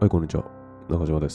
はい、こんにちは。中島です。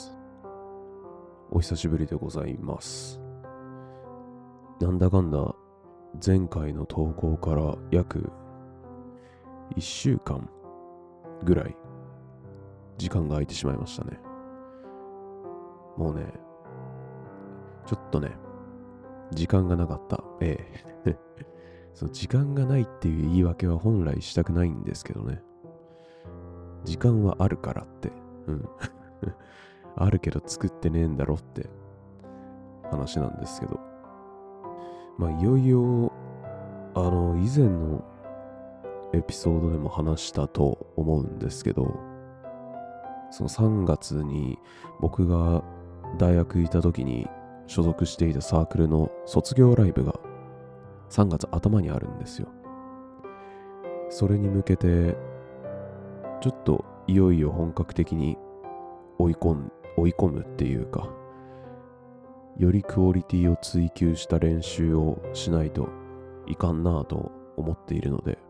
お久しぶりでございます。なんだかんだ、前回の投稿から約1週間ぐらい時間が空いてしまいましたね。もうね、ちょっとね、時間がなかった。そう、時間がないっていう言い訳は本来したくないんですけどね。時間はあるからって。うん。あるけど作ってねえんだろって話なんですけど。いよいよ、以前のエピソードでも話したと思うんですけど、その3月に僕が大学いた時に所属していたサークルの卒業ライブが3月頭にあるんですよ。それに向けてちょっといよいよ本格的に追い込むっていうか、よりクオリティを追求した練習をしないといかんなぁと思っているので、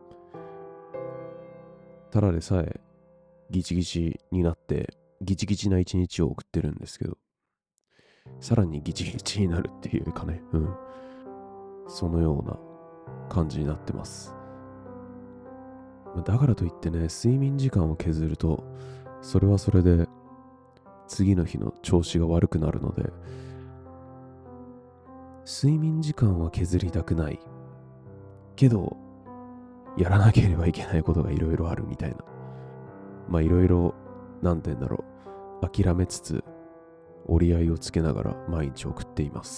ただでさえギチギチになってギチギチな一日を送ってるんですけど、さらにギチギチになるっていうかね、そのような感じになってます。だからといってね、睡眠時間を削ると、それはそれで次の日の調子が悪くなるので、睡眠時間は削りたくないけど、やらなければいけないことがいろいろあるみたいな。いろいろ、なんて言うんだろう、諦めつつ、折り合いをつけながら毎日送っています。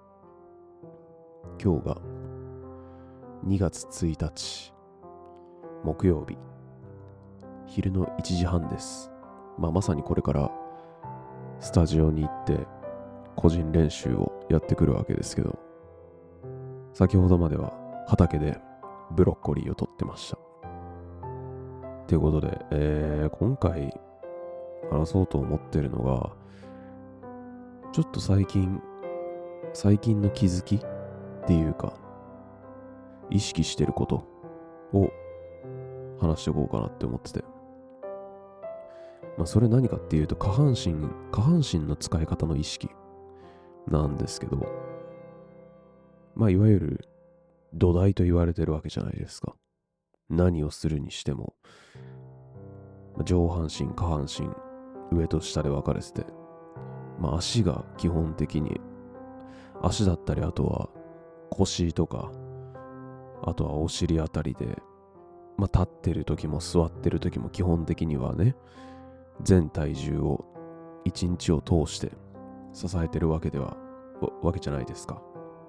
今日が2月1日、木曜日、昼の1時半です。まさにこれからスタジオに行って個人練習をやってくるわけですけど、先ほどまでは畑でブロッコリーを取ってました。ということで、今回話そうと思ってるのが、ちょっと最近の気づきっていうか、意識してることを話していこうかなって思ってて。それ何かっていうと、下半身の使い方の意識なんですけど、いわゆる土台と言われてるわけじゃないですか。何をするにしても、上半身、下半身、上と下で分かれてて、足が基本的に、足だったり、あとは腰とか、あとはお尻あたりで、立ってる時も座ってる時も基本的にはね、全体重を一日を通して支えてるわけじゃないですか。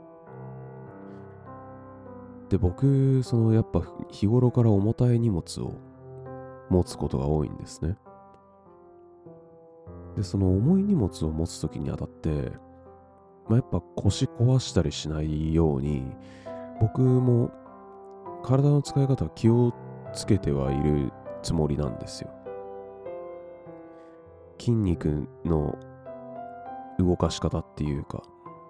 で、僕、やっぱ日頃から重たい荷物を持つことが多いんですね。で、その重い荷物を持つときにあたって、やっぱ腰壊したりしないように、僕も体の使い方は気をつけてはいるつもりなんですよ。筋肉の動かし方っていうか、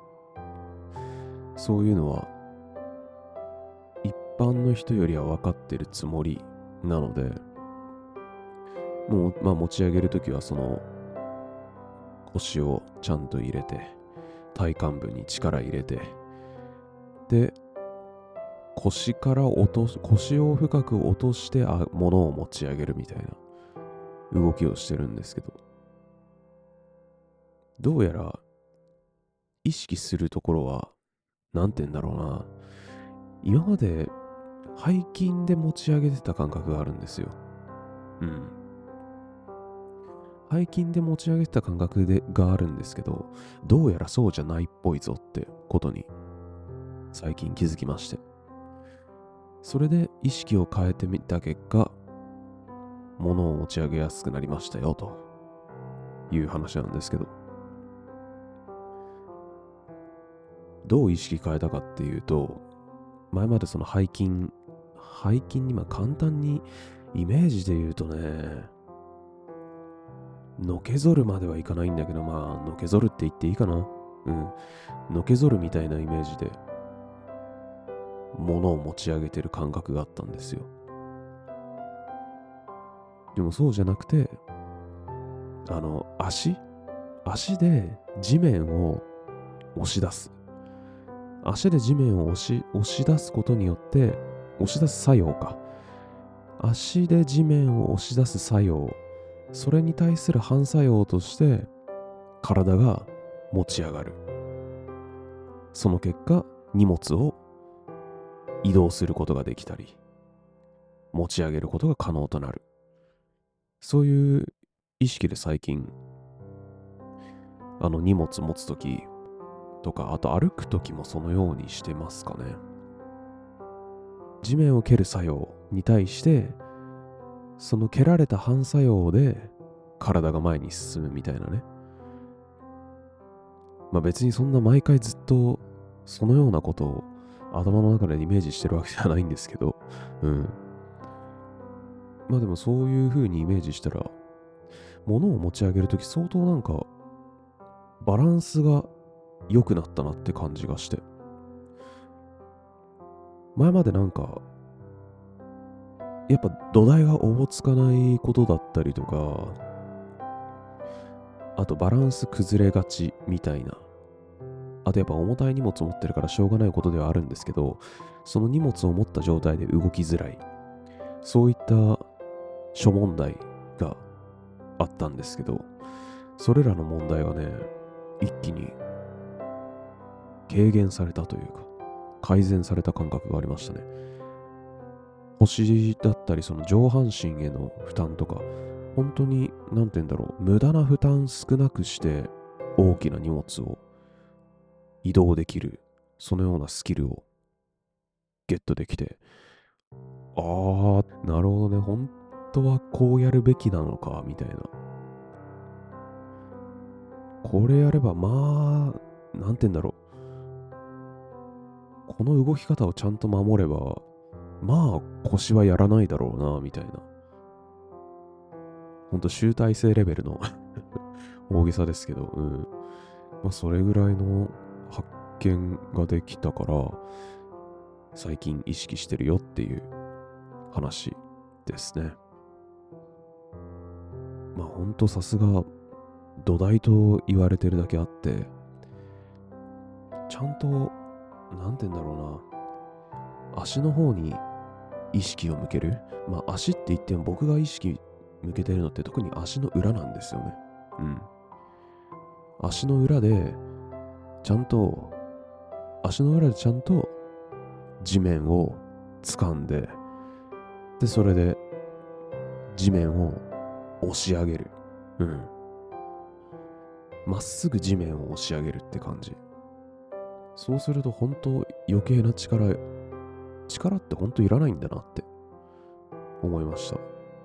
そういうのは一般の人よりは分かってるつもりなので、もう、持ち上げるときはその腰をちゃんと入れて、体幹部に力入れて、で、腰を深く落として物を持ち上げるみたいな動きをしてるんですけど、どうやら意識するところは、なんて言うんだろうな、今まで背筋で持ち上げてた感覚があるんですよ。背筋で持ち上げてた感覚があるんですけど、どうやらそうじゃないっぽいぞってことに最近気づきまして。それで意識を変えてみた結果、物を持ち上げやすくなりましたよという話なんですけど、どう意識変えたかっていうと、前までその背筋に簡単にイメージで言うとね、のけぞるまではいかないんだけど、のけぞるって言っていいかな。のけぞるみたいなイメージで物を持ち上げてる感覚があったんですよ。でもそうじゃなくて、 足で地面を押し出す。足で地面を押し出すことによって、押し出す作用か。足で地面を押し出す作用、それに対する反作用として体が持ち上がる。その結果、荷物を移動することができたり、持ち上げることが可能となる。そういう意識で最近、荷物持つときとか、あと歩くときもそのようにしてますかね。地面を蹴る作用に対して、その蹴られた反作用で体が前に進むみたいなね。まあ別にそんな毎回ずっとそのようなことを頭の中でイメージしてるわけじゃないんですけど、まあでもそういう風にイメージしたら、物を持ち上げるとき相当なんかバランスが良くなったなって感じがして。前までなんか、やっぱ土台がおぼつかないことだったりとか、あとバランス崩れがちみたいな。あとやっぱ重たい荷物を持ってるからしょうがないことではあるんですけど、その荷物を持った状態で動きづらい。そういった諸問題があったんですけど、それらの問題がね、一気に軽減されたというか、改善された感覚がありましたね。腰だったり、その上半身への負担とか、本当に、なんて言うんだろう、無駄な負担少なくして、大きな荷物を移動できる、そのようなスキルをゲットできて、なるほどね、本当はこうやるべきなのか、みたいな。これやれば、まあ、なんて言うんだろう、この動き方をちゃんと守れば、まあ、腰はやらないだろうな、みたいな。ほんと集大成レベルの大げさですけど、まあ、それぐらいの発見ができたから、最近意識してるよっていう話ですね。まあ、ほんとさすが土台と言われてるだけあって、ちゃんと、なんて言うんだろうな、足の方に意識を向ける。まあ、足って言っても僕が意識向けてるのって特に足の裏なんですよね。足の裏で、ちゃんと地面を掴んで、で、それで地面を押し上げる。まっすぐ地面を押し上げるって感じ。そうすると本当余計な力って本当いらないんだなって思いました。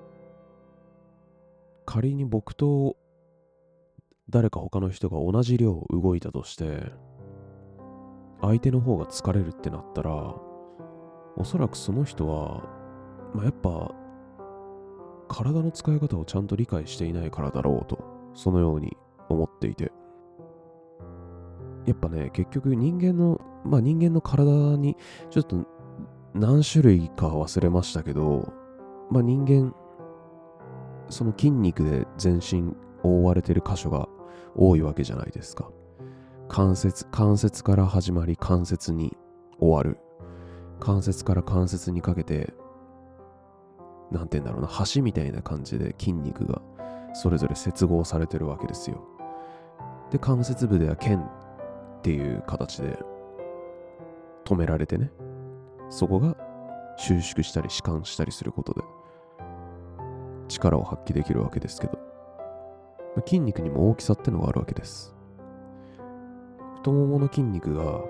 仮に僕と誰か他の人が同じ量動いたとして、相手の方が疲れるってなったら、おそらくその人は、やっぱ体の使い方をちゃんと理解していないからだろうと、そのように思っていて。やっぱね、結局人間の体にちょっと何種類か忘れましたけど、人間、その筋肉で全身覆われてる箇所が多いわけじゃないですか。関節から始まり関節に終わる。関節から関節にかけて、なんて言うんだろうな、橋みたいな感じで筋肉がそれぞれ接合されてるわけですよ。で、関節部では腱っていう形で止められてね、そこが収縮したり弛緩したりすることで力を発揮できるわけですけど、筋肉にも大きさってのがあるわけです。太ももの筋肉が、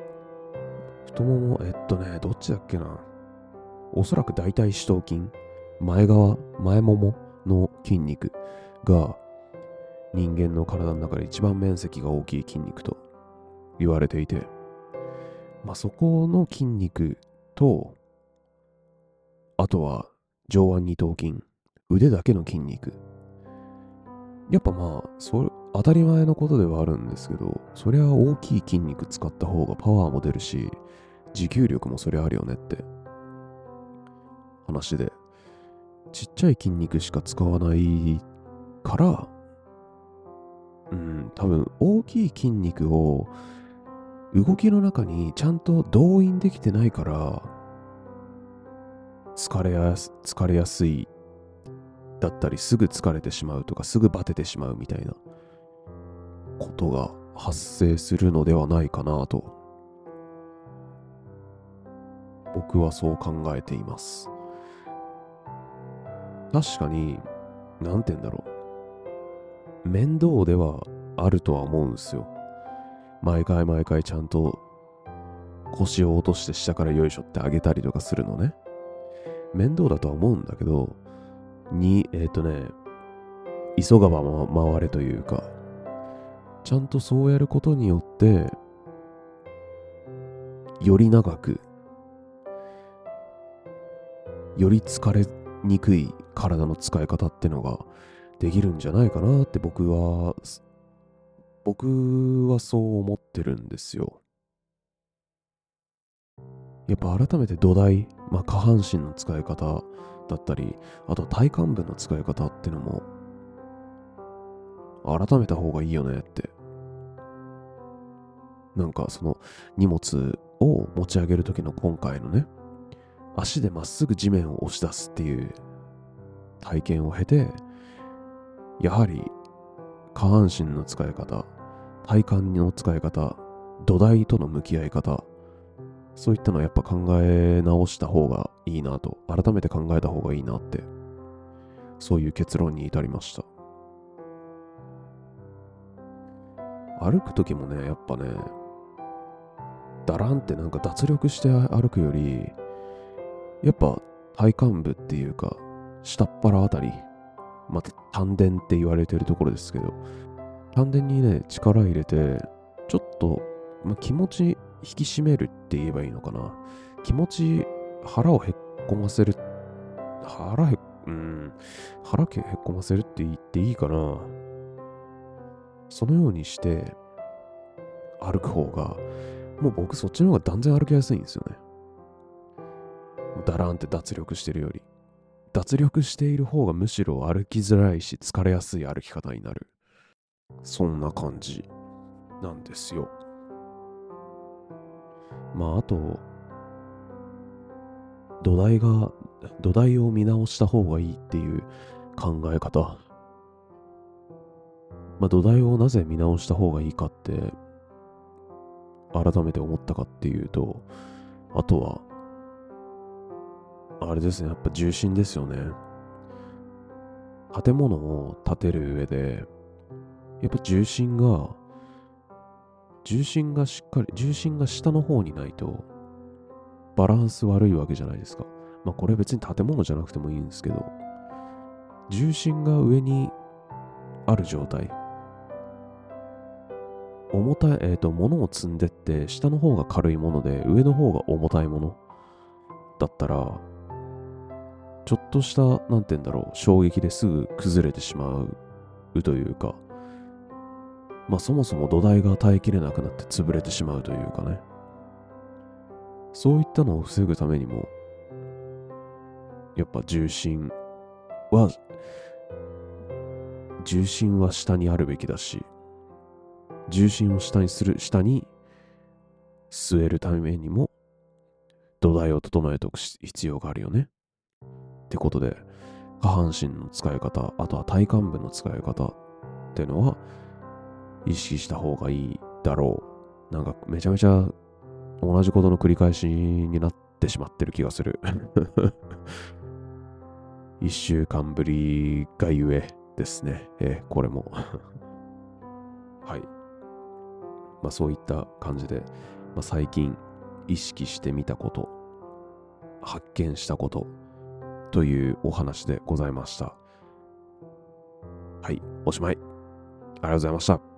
どっちだっけな。おそらく大腿四頭筋、前ももの筋肉が人間の体の中で一番面積が大きい筋肉と言われていて、そこの筋肉と、あとは上腕二頭筋、腕だけの筋肉。やっぱ当たり前のことではあるんですけど、そりゃ大きい筋肉使った方がパワーも出るし、持久力もそりゃあるよねって話で、ちっちゃい筋肉しか使わないから、 多分大きい筋肉を動きの中にちゃんと動員できてないから疲れやすいだったり、すぐ疲れてしまうとかすぐバテてしまうみたいなことが発生するのではないかなと僕はそう考えています。確かに、なんて言うんだろう、面倒ではあるとは思うんですよ。毎回毎回ちゃんと腰を落として下からよいしょってあげたりとかするのね。面倒だとは思うんだけど、急がば回れというか、ちゃんとそうやることによって、より長く、より疲れにくい体の使い方ってのができるんじゃないかなって僕はそう思ってるんですよ。やっぱ改めて土台、下半身の使い方だったり、あと体幹部の使い方ってのも改めた方がいいよねって。なんかその荷物を持ち上げる時の今回のね、足でまっすぐ地面を押し出すっていう体験を経て、やはり下半身の使い方、体幹の使い方、土台との向き合い方、そういったのはやっぱ考え直した方がいいなと、改めて考えた方がいいなって、そういう結論に至りました。歩く時もね、やっぱね、だらんってなんか脱力して歩くより、やっぱ体幹部っていうか、下っ腹あたり、また丹田って言われてるところですけど、丹田にね、力入れて、ちょっと、気持ち引き締めるって言えばいいのかな。気持ち、腹をへっこませる、腹へ、うん、腹へっこませるって言っていいかな。そのようにして歩く方が、もう僕そっちの方が断然歩きやすいんですよね。だらんって脱力してるより。脱力している方がむしろ歩きづらいし疲れやすい歩き方になる。そんな感じなんですよ。あと、土台を見直した方がいいっていう考え方。土台をなぜ見直した方がいいかって、改めて思ったかっていうと、あとは、あれですね、やっぱ重心ですよね。建物を建てる上で、やっぱ重心が下の方にないと、バランス悪いわけじゃないですか。これ別に建物じゃなくてもいいんですけど、重心が上にある状態。重たい、物を積んでって、下の方が軽いもので、上の方が重たいものだったら、ちょっとした、なんて言うんだろう、衝撃ですぐ崩れてしまうというか、そもそも土台が耐えきれなくなって潰れてしまうというかね。そういったのを防ぐためにも、やっぱは、重心は下にあるべきだし、重心を下に据えるためにも、土台を整えておく必要があるよね。ってことで、下半身の使い方、あとは体幹部の使い方っていうのは、意識した方がいいだろう。なんかめちゃめちゃ同じことの繰り返しになってしまってる気がする。一週間ぶりがゆえですね。これも。はい。そういった感じで、最近意識してみたこと、発見したことというお話でございました。はい、おしまい。ありがとうございました。